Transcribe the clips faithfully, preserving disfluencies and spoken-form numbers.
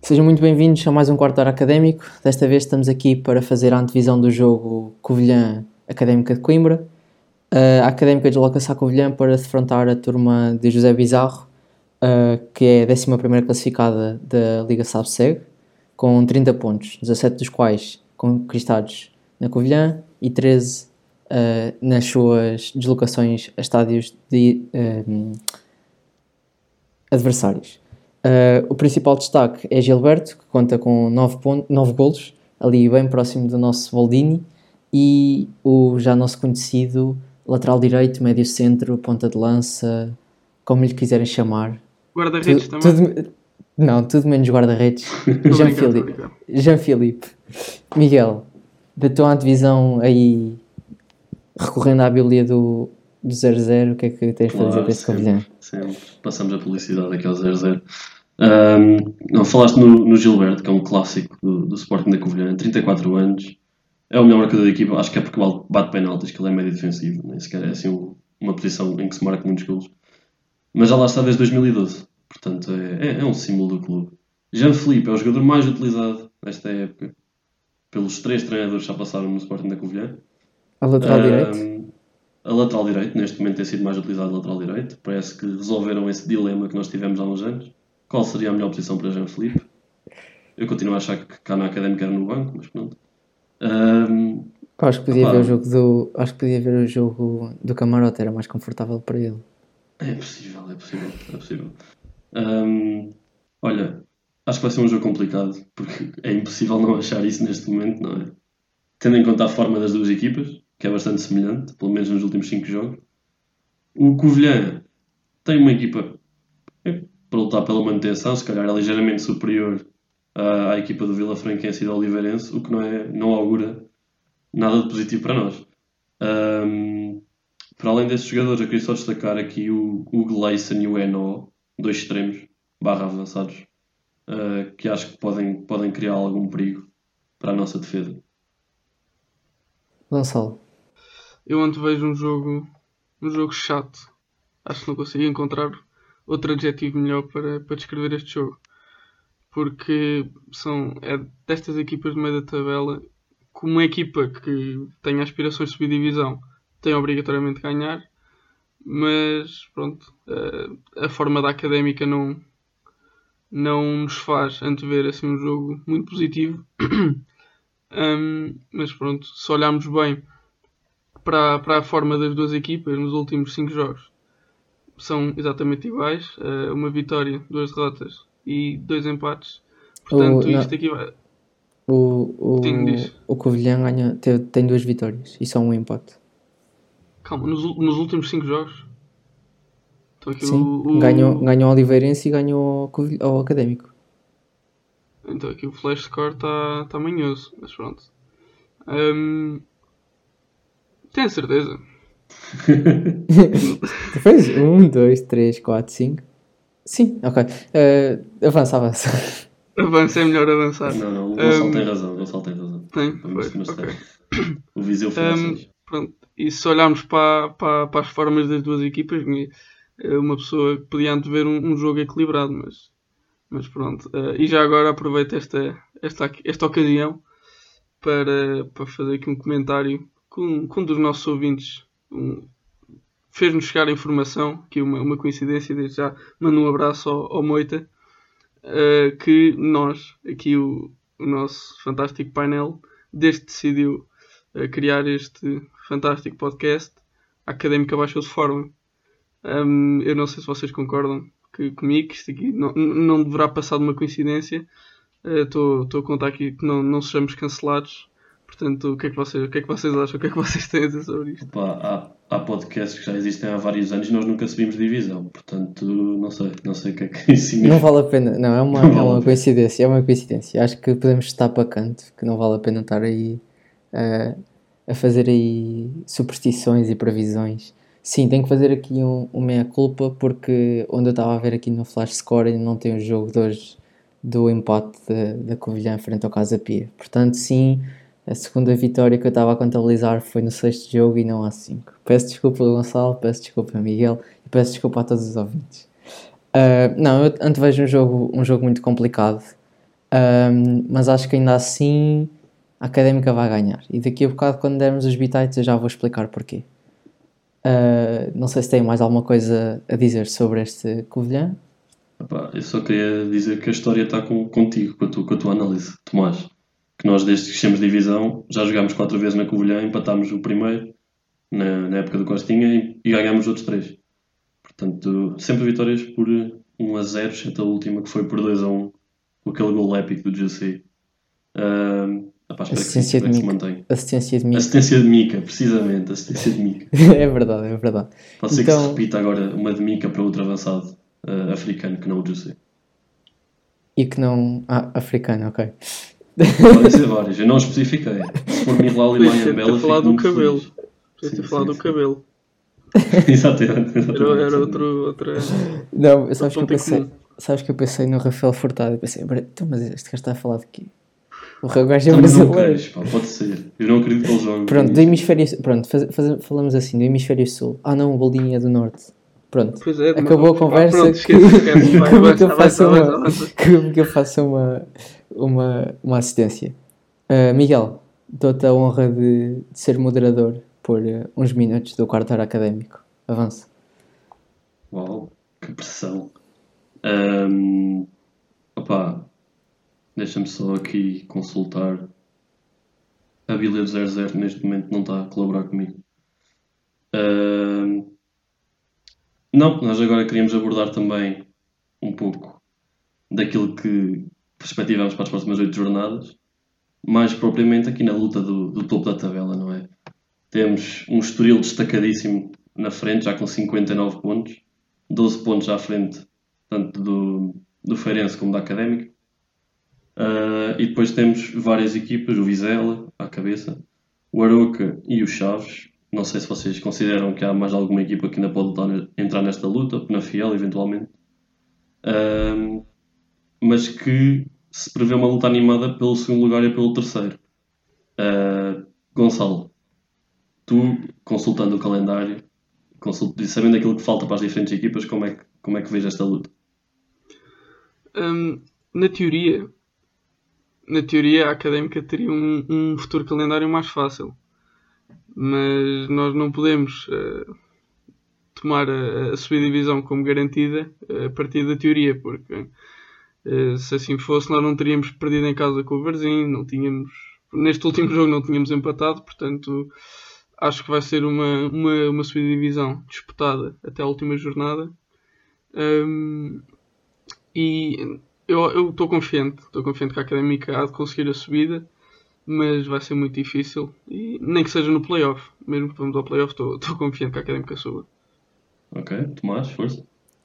Sejam muito bem-vindos a mais um Quarto Hora Académico. Desta vez estamos aqui para fazer a antevisão do jogo Covilhã Académica de Coimbra. Uh, a Académica desloca-se à Covilhã para defrontar a turma de José Bizarro, uh, que é a décima primeira classificada da Liga SABSEG, com trinta pontos, dezassete dos quais conquistados na Covilhã e treze uh, nas suas deslocações a estádios de uh, adversários. Uh, o principal destaque é Gilberto, que conta com nove golos, ali bem próximo do nosso Boldini, e o já nosso conhecido lateral direito, médio centro, ponta de lança, como lhe quiserem chamar. Guarda-redes tu, também? Tudo, não, tudo menos guarda-redes. Jean-Philippe. Jean-Philippe. Miguel, da tua antevisão aí, recorrendo à bíblia do, do zero zero, o que é que tens claro, para dizer desse Covilhã? Sempre, passamos a publicidade aqui ao zero zero. Um, não, falaste no, no Gilberto, que é um clássico do, do Sporting da Covilhã, trinta e quatro anos, é o melhor marcador da equipa, acho que é porque bate penaltis, que ele é médio defensivo, nem sequer é assim um, uma posição em que se marca muitos golos, mas já lá está desde dois mil e doze, portanto é, é, é um símbolo do clube. Jean-Philippe é o jogador mais utilizado nesta época pelos três treinadores que já passaram no Sporting da Covilhã. A lateral um, direito? A lateral direito, neste momento tem sido mais utilizado a lateral direito. Parece que resolveram esse dilema que nós tivemos há uns anos. Qual seria a melhor posição para Jean-Philippe? Eu continuo a achar que cá na Académica era no banco, mas pronto. Um, acho que podia opa, ver o jogo do acho que podia ver o jogo do Camarote, era mais confortável para ele. É possível, é possível, é possível. Um, olha, acho que vai ser um jogo complicado, porque é impossível não achar isso neste momento, não é? Tendo em conta a forma das duas equipas, que é bastante semelhante, pelo menos nos últimos cinco jogos. O Covilhã tem uma equipa para lutar pela manutenção, se calhar é ligeiramente superior à, à equipa do Vila Franquense e do Oliveirense, o que não, é, não augura nada de positivo para nós. Um, para além desses jogadores, eu queria só destacar aqui o, o Gleison e o Eno, dois extremos, barra avançados, uh, que acho que podem, podem criar algum perigo para a nossa defesa. Gonçalo. Eu antevejo um jogo, um jogo chato. Acho que não consigo encontrar outro adjetivo melhor para, para descrever este jogo. Porque são é destas equipas de meio da tabela, como uma equipa que tem aspirações de subir divisão, tem obrigatoriamente de ganhar, mas pronto, a, a forma da Académica não, não nos faz antever assim um jogo muito positivo. um, mas pronto, se olharmos bem para, para a forma das duas equipas nos últimos cinco jogos, são exatamente iguais, uh, uma vitória, duas derrotas e dois empates. Portanto, o, isto aqui vai... O, o, Sim, o Covilhã ganha, tem, tem duas vitórias e só um empate. Calma, nos, nos últimos cinco jogos? Então, aqui Sim, o, o... ganhou, ganhou o Oliveirense e ganhou o, o Académico. Então aqui o flash score está tá manhoso, mas pronto. Um... Tenho certeza. Depois, um, dois, três, quatro, cinco. Sim, ok. Uh, avança, avança. Avança, é melhor avançar. Não, não, o Gonçalo um, tem razão. O Gonçalo tem razão. Tem, foi, okay. O Viseu foi um, pronto. E se olharmos para, para, para as formas das duas equipas, uma pessoa podia antever um, um jogo equilibrado, mas, mas pronto. Uh, e já agora aproveito esta, esta, esta ocasião para, para fazer aqui um comentário com, com um dos nossos ouvintes. Um, fez-nos chegar a informação, que uma, uma coincidência, desde já mando um abraço ao, ao Moita, uh, que nós, aqui o, o nosso fantástico painel, desde que decidiu uh, criar este fantástico podcast, a Académica baixou de forma. Um, eu não sei se vocês concordam que, comigo, que isto aqui não, não deverá passar de uma coincidência. Estou uh, a contar aqui que não, não sejamos cancelados. Portanto, o que, é que vocês, o que é que vocês acham? O que é que vocês têm a dizer sobre isto? Opa, há, há podcasts que já existem há vários anos e nós nunca subimos divisão. Portanto, não sei, não sei o que é que isso significa. Não vale a pena, não, é uma, não é uma coincidência, é uma coincidência. Acho que podemos estar para canto, que não vale a pena estar aí uh, a fazer aí superstições e previsões. Sim, tenho que fazer aqui um, um meia-culpa, porque onde eu estava a ver aqui no Flash Score ainda não tem o jogo de hoje do empate da Covilhã frente ao Casa Pia. Portanto, sim, a segunda vitória que eu estava a contabilizar foi no sexto jogo e não há cinco. Peço desculpa ao Gonçalo, peço desculpa a Miguel e peço desculpa a todos os ouvintes. Uh, não, eu antevejo um jogo, um jogo muito complicado. Um, mas acho que ainda assim a Académica vai ganhar. E daqui a bocado, quando dermos os bitites, eu já vou explicar porquê. Uh, não sei se tem mais alguma coisa a dizer sobre este Covilhã. Epá, eu só queria dizer que a história está com, contigo, com a, tua, com a tua análise, Tomás. Que nós, desde que descemos de divisão, já jogámos quatro vezes na Covilhã, empatámos o primeiro, na, na época do Costinha, e, e ganhámos os outros três. Portanto, sempre vitórias por um a zero, exceto a última, que foi por dois a um, com aquele gol épico do G C. Uh, epá, espero que, sim, Assistência espero de que se Mica. mantenha. Assistência de Mica. Assistência de Mica, precisamente, assistência de Mica. É verdade, é verdade. Pode ser que se Então, repita agora uma de Mica para outro avançado uh, africano, que não o G C. e que não. Ah, africano, ok. Podem ser vários, eu não especifiquei. Se for Mihlal e Podia ter Mayambela, fico falado do muito cabelo. feliz. Podia ter Sim, falado sim, do sim. cabelo. Exatamente. exatamente, Era, era exatamente. outro, outra. Não, sabes que eu ponto em pensei. comum. Sabes que eu pensei no Rafael Furtado. Eu pensei, "Bre- então, mas este gajo está a falar de quê? O gajo é Também não brasileiro." queres, pá, pode ser. Eu não acredito que ele jogue. Pronto, do hemisfério. Pronto, faz, faz- falamos assim, do hemisfério sul. Ah não, o Boldini é do norte. Pronto. Pois é, Acabou a mas- conversa. pronto, que, esquece, esquece. Vai, como vai, que eu vai, faço vai, uma, vai, vai. como que eu faço uma, uma, uma assistência. Uh, Miguel, dou-te a honra de, de ser moderador por uh, uns minutos do quarto hora académico. Avança. Uau, que pressão. Ahm, opá, deixa-me só aqui consultar. A Bíblia do zero zero neste momento não está a colaborar comigo. Ahm, não, nós agora queríamos abordar também um pouco daquilo que perspectivamos para as próximas oito jornadas, mais propriamente aqui na luta do, do topo da tabela, não é? Temos um Estoril destacadíssimo na frente, já com cinquenta e nove pontos, doze pontos à frente, tanto do, do Feirense como da Académica. Uh, e depois temos várias equipas, o Vizela à cabeça, o Aroca e o Chaves. Não sei se vocês consideram que há mais alguma equipa que ainda pode lutar, entrar nesta luta, na Fiel, eventualmente. Uh, mas que se prevê uma luta animada pelo segundo lugar e pelo terceiro. Uh, Gonçalo, tu, consultando o calendário, consult... sabendo aquilo que falta para as diferentes equipas, como é que, como é que vês esta luta? Hum, na teoria, na teoria a Académica teria um, um futuro calendário mais fácil, mas nós não podemos uh, tomar a, a subdivisão como garantida uh, a partir da teoria, porque uh, se assim fosse nós não teríamos perdido em casa com o Varzim, não tínhamos, neste último jogo não tínhamos empatado, portanto acho que vai ser uma, uma, uma subdivisão disputada até a última jornada. Um, e eu estou confiante, estou confiante que a Académica há de conseguir a subida, mas vai ser muito difícil, e nem que seja no playoff, mesmo que vamos ao playoff, estou confiante que a Académica suba. Ok, Tomás, força.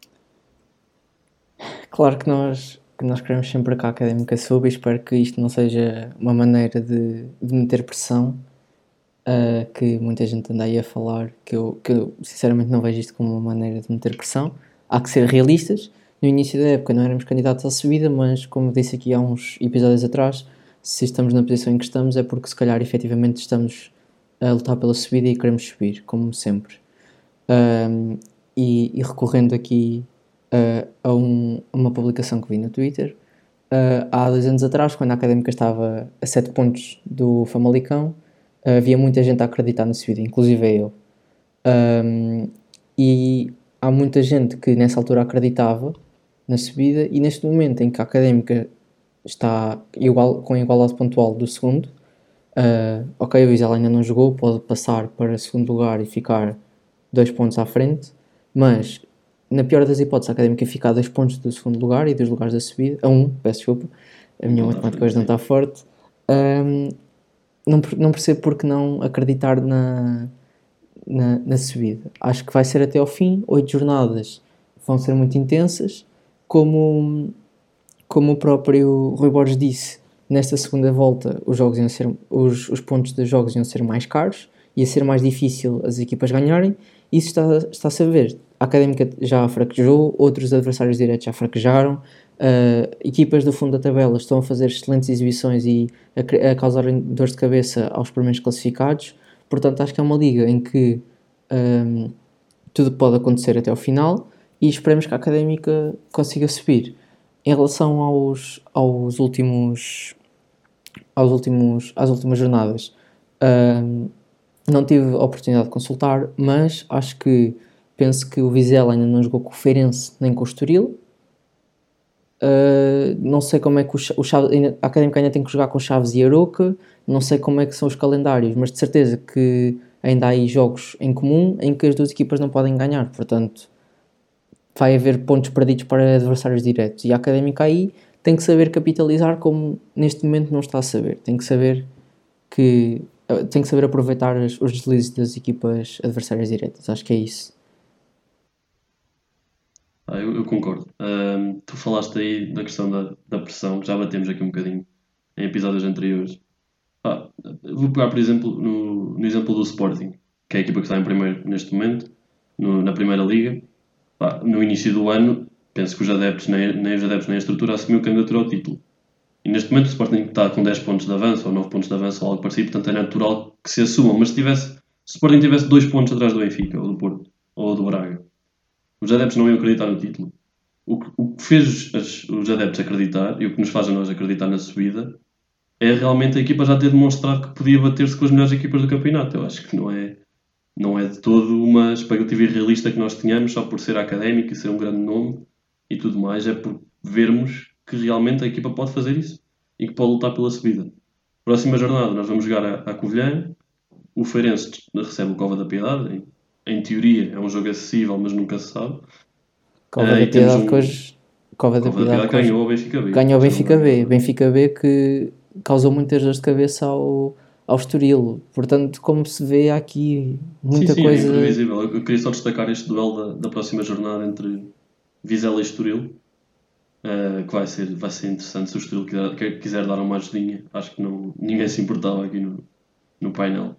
Claro que nós, que nós queremos sempre que a Académica suba e espero que isto não seja uma maneira de, de meter pressão, uh, que muita gente anda aí a falar, que eu, que eu sinceramente não vejo isto como uma maneira de meter pressão. Há que ser realistas. No início da época não éramos candidatos à subida, mas como disse aqui há uns episódios atrás, se estamos na posição em que estamos é porque se calhar efetivamente estamos a lutar pela subida e queremos subir, como sempre. Um, e, e recorrendo aqui uh, a, um, a uma publicação que vi no Twitter, uh, há dois anos atrás, quando a Académica estava a sete pontos do Famalicão, uh, havia muita gente a acreditar na subida, inclusive eu. Um, e há muita gente que nessa altura acreditava na subida, e neste momento em que a Académica está igual, com a igualdade pontual do segundo, uh, ok, o Vizela ainda não jogou, pode passar para segundo lugar e ficar dois pontos à frente, mas na pior das hipóteses a Académica fica a dois pontos do segundo lugar e dos lugares da subida, a um, peço desculpa, a minha Não matemática está hoje não está forte. Um, não, não percebo porque não acreditar na, na, na subida. Acho que vai ser até ao fim, oito jornadas vão ser muito intensas, como, como o próprio Rui Borges disse, nesta segunda volta os, jogos iam ser, os, os pontos dos jogos iam ser mais caros, ia ser mais difícil as equipas ganharem. Isso está, está-se a ver. A Académica já fraquejou, outros adversários diretos já fraquejaram, uh, equipas do fundo da tabela estão a fazer excelentes exibições e a, a causarem dor de cabeça aos primeiros classificados. Portanto, acho que é uma liga em que um, tudo pode acontecer até ao final e esperemos que a Académica consiga subir. em relação aos, aos últimos, aos últimos, às últimas jornadas, uh, não tive a oportunidade de consultar, mas acho que penso que o Vizela ainda não jogou com o Feirense nem com o Estoril. Uh, não sei como é que o, o Chaves, ainda, a Académica ainda tem que jogar com Chaves e Aroca, não sei como é que são os calendários, mas de certeza que ainda há aí jogos em comum em que as duas equipas não podem ganhar, portanto vai haver pontos perdidos para adversários diretos, e a Académica aí tem que saber capitalizar, como neste momento não está a saber, tem que saber que tem que saber aproveitar os, os deslizes das equipas adversárias diretas, acho que é isso. Ah, eu, eu concordo. Um, tu falaste aí da questão da, da pressão, já batemos aqui um bocadinho em episódios anteriores. Ah, vou pegar, por exemplo, no, no exemplo do Sporting, que é a equipa que está em primeiro neste momento, no, na Primeira Liga. Ah, no início do ano, penso que os adeptos, nem, nem os adeptos nem a estrutura assumiu candidatura ao título. E neste momento o Sporting está com dez pontos de avanço, ou nove pontos de avanço, ou algo parecido, portanto é natural que se assumam. Mas se, tivesse, se o Sporting tivesse dois pontos atrás do Benfica, ou do Porto, ou do Braga, os adeptos não iam acreditar no título. O que, o que fez as, os adeptos acreditar, e o que nos faz a nós acreditar na subida, é realmente a equipa já ter demonstrado que podia bater-se com as melhores equipas do campeonato. Eu acho que não é, não é de todo uma expectativa irrealista que nós tenhamos só por ser académico e ser um grande nome e tudo mais. É por vermos que realmente a equipa pode fazer isso e que pode lutar pela subida. Próxima jornada nós vamos jogar a, a Covilhã. O Feirense recebe o Cova da Piedade. Em, em teoria é um jogo acessível, mas nunca se sabe. Cova Uh, da Piedade um... que hoje Cova da Piedade ganhou o Benfica B. Ganhou o Benfica B. Benfica B que causou muitas dores de cabeça ao, ao Estoril. Portanto, como se vê, há aqui muita sim, sim, coisa... é imprevisível. Eu queria só destacar este duelo da, da próxima jornada entre Vizela e Estoril, uh, que vai ser, vai ser interessante. Se o Estoril quiser, quiser dar uma ajudinha, acho que não, ninguém se importava aqui no, no painel.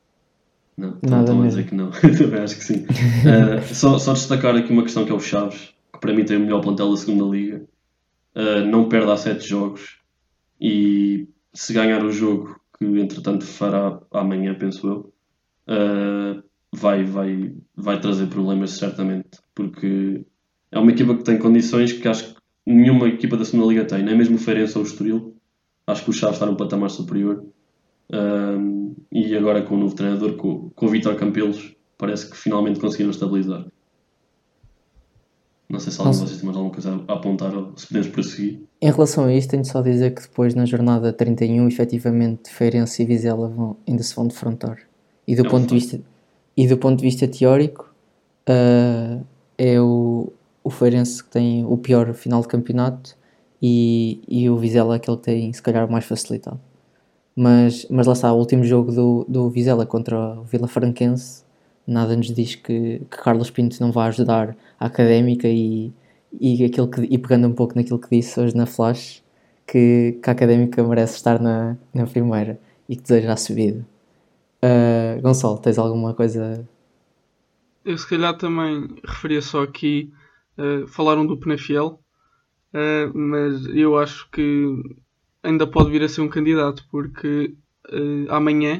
Não, estão a dizer que não. Também acho que sim. Uh, só, só destacar aqui uma questão que é o Chaves, que para mim tem o melhor plantel da segunda Liga. Uh, não perde há sete jogos e se ganhar o jogo, que entretanto fará amanhã, penso eu, uh, vai, vai, vai trazer problemas certamente, porque é uma equipa que tem condições que acho que nenhuma equipa da segunda Liga tem, nem mesmo o Feirense ou o Estoril. Acho que o Chaves está num patamar superior. Um, e agora com o novo treinador, com, com o Vítor Campelos, parece que finalmente conseguiram estabilizar. Não sei se algum de vocês tem mais alguma coisa a apontar ou se podemos prosseguir. Em relação a isto, tenho só a dizer que depois na jornada trinta e um, efetivamente, Feirense e Vizela vão, ainda se vão defrontar. E do, é ponto, de vista, e do ponto de vista teórico, uh, é o, o Feirense que tem o pior final de campeonato e, e o Vizela é aquele que tem, se calhar, mais facilitado. Mas, mas lá está, o último jogo do, do Vizela contra o Vila Franquense, nada nos diz que, que Carlos Pinto não vai ajudar a Académica e, e, aquilo que, e pegando um pouco naquilo que disse hoje na Flash, que, que a Académica merece estar na, na primeira e que deseja a subida. Uh, Gonçalo, tens alguma coisa? Eu se calhar também referia só aqui, uh, falaram do Penafiel, uh, mas eu acho que ainda pode vir a ser um candidato, porque uh, amanhã,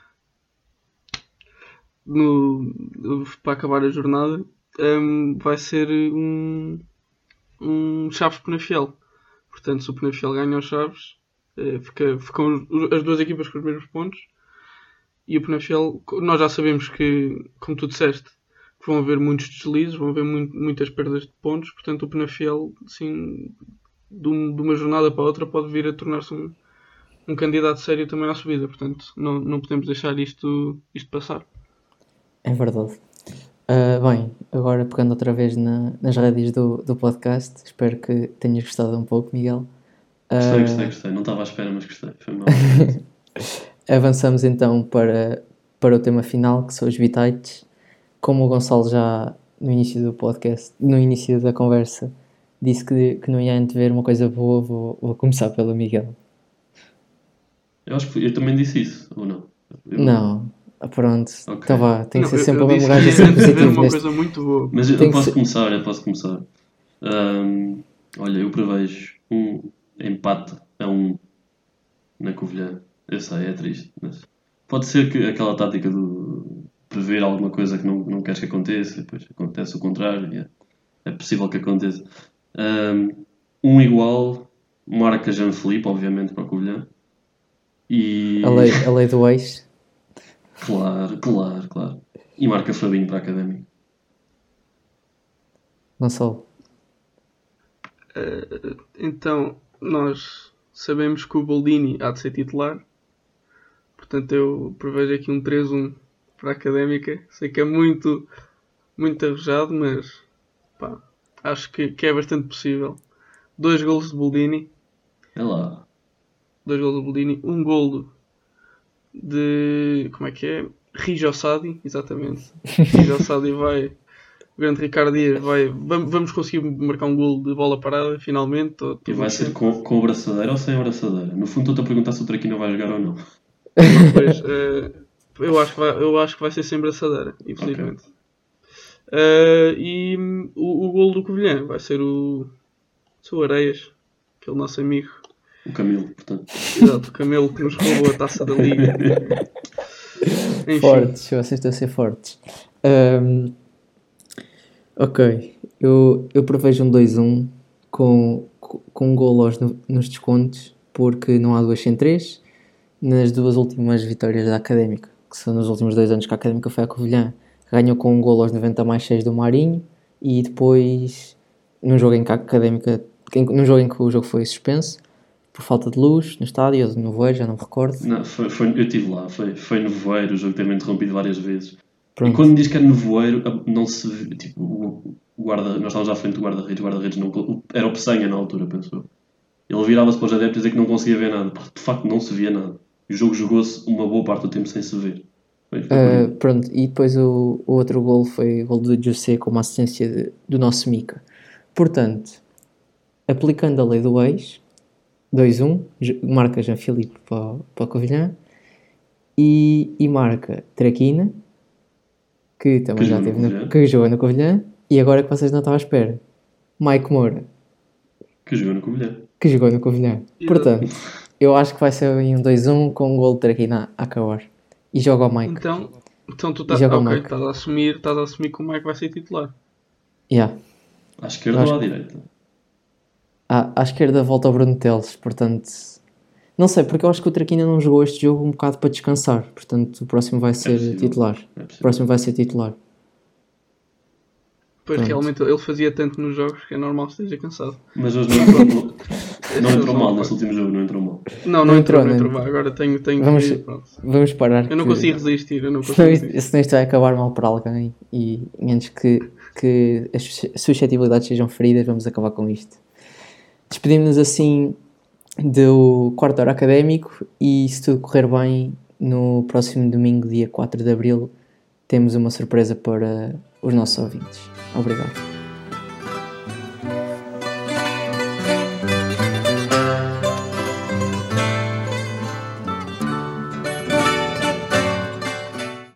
no, para acabar a jornada, um, vai ser um, um Chaves Penafiel. Portanto, se o Penafiel ganha os Chaves, uh, fica, ficam as duas equipas com os mesmos pontos. E o Penafiel, nós já sabemos que, como tu disseste, que vão haver muitos deslizes, vão haver muito, muitas perdas de pontos. Portanto, o Penafiel, assim, de, um, de uma jornada para a outra, pode vir a tornar-se um, um candidato sério também à subida. Portanto, não, não podemos deixar isto, isto passar. É verdade. Uh, bem, agora pegando outra vez na, nas rédeas do, do podcast, espero que tenhas gostado um pouco, Miguel. Uh... Gostei, gostei, gostei. Não estava à espera, mas gostei. Foi mal. Avançamos então para, para o tema final, que são os bitites. Como o Gonçalo já no início do podcast, no início da conversa, disse que, que não ia antever uma coisa boa, vou, vou começar pelo Miguel. Eu acho que eu também disse isso, ou não? Eu... Não, pronto. Okay. Então vá, tem que não, ser sempre o mesmo gajo sempre positivo. Uma neste... coisa muito boa. Mas eu, eu posso ser... começar, eu posso começar. Um, olha, eu prevejo um empate a um na Covilhã. Eu sei, é triste, mas pode ser que aquela tática do prever alguma coisa que não, não queres que aconteça, depois acontece o contrário, é, é possível que aconteça. Um, um igual, marca Jean Filipe, obviamente, para o Covilhã. E... A lei, a lei do ex. Claro, claro, claro. E marca Fabinho para a Académica. Gonçalo. Uh, então, nós sabemos que o Boldini há de ser titular. Portanto, eu prevejo aqui um três um para a Académica. Sei que é muito, muito arrojado, mas pá, acho que, que é bastante possível. Dois golos de Boldini. É lá. Dois golos de Boldini. Um golo de... Como é que é? Rijo Sadi, exatamente. Rijo Sadi vai... O grande Ricardo Dias vai... Vamos conseguir marcar um golo de bola parada, finalmente. Tô, tô E vai ser com, com abraçadeira ou sem abraçadeira? No fundo, estou-te a perguntar se o Traquina vai jogar ou não. Pois, uh, eu, acho que vai, eu acho que vai ser sem braçadeira, infelizmente. Okay. Uh, e um, o, o golo do Covilhã vai ser o seu Areias, aquele nosso amigo. O Camilo, portanto. Exato, o Camelo que nos roubou a taça da Liga. Enfim. Fortes, vocês estão a ser fortes. Um, ok, eu, eu prevejo um dois um com, com um golo aos, nos descontos, porque não há duas sem três. Nas duas últimas vitórias da Académica, que são nos últimos dois anos que a Académica foi a Covilhã, ganhou com um golo aos noventa mais seis do Marinho, e depois, num jogo em que a Académica, num jogo em que o jogo foi suspenso, por falta de luz, no estádio, ou no Nevoeiro, já não me recordo. Não, foi, foi, eu estive lá, foi, foi no Nevoeiro, o jogo teve interrompido várias vezes. Pronto. E quando diz que é no Nevoeiro, não se vê, tipo, o, o guarda, nós estávamos à frente do guarda-redes, o guarda-redes não, era o Peçanha na altura, pensou. Ele virava-se para os adeptos e dizia que não conseguia ver nada, porque de facto não se via nada. O jogo jogou-se uma boa parte do tempo sem se ver. Foi, foi uh, pronto, e depois o, o outro golo foi o golo do José com uma assistência de, do nosso Mica. Portanto, aplicando a lei do ex, dois um, marca Jean Filipe para, para o Covilhã, e, e marca Traquina, que também que já teve no, que jogou no Covilhã, e agora que vocês não estavam à espera, Mike Moura, que jogou no Covilhã. Que jogou no Covilhã. Portanto, eu acho que vai ser um dois um com um gol de Traquina a acabar. E joga o Mike. Então, então tu estás okay, a assumir, estás a assumir que o Mike vai ser titular. Yeah. À esquerda ou à direita? À, à esquerda volta o Bruno Teles, portanto... Não sei, porque eu acho que o Traquina não jogou este jogo um bocado para descansar. Portanto, o próximo vai ser é titular. É o próximo vai ser titular. Pois Pronto. Realmente ele fazia tanto nos jogos que é normal que esteja cansado. Mas hoje não entrou, não entrou mal nesse último jogo, não entrou mal. Não, não, não entrou, não entrou mal. Agora tenho, tenho vamos, que... Pronto. Vamos parar. Eu não que... consigo resistir. Eu não consigo senão, resistir. Senão isto vai acabar mal para alguém e antes que, que as suscetibilidades sejam feridas, vamos acabar com isto. Despedimos-nos assim do quarto hora académico e se tudo correr bem, no próximo domingo, dia quatro de abril, temos uma surpresa para os nossos ouvintes. Obrigado.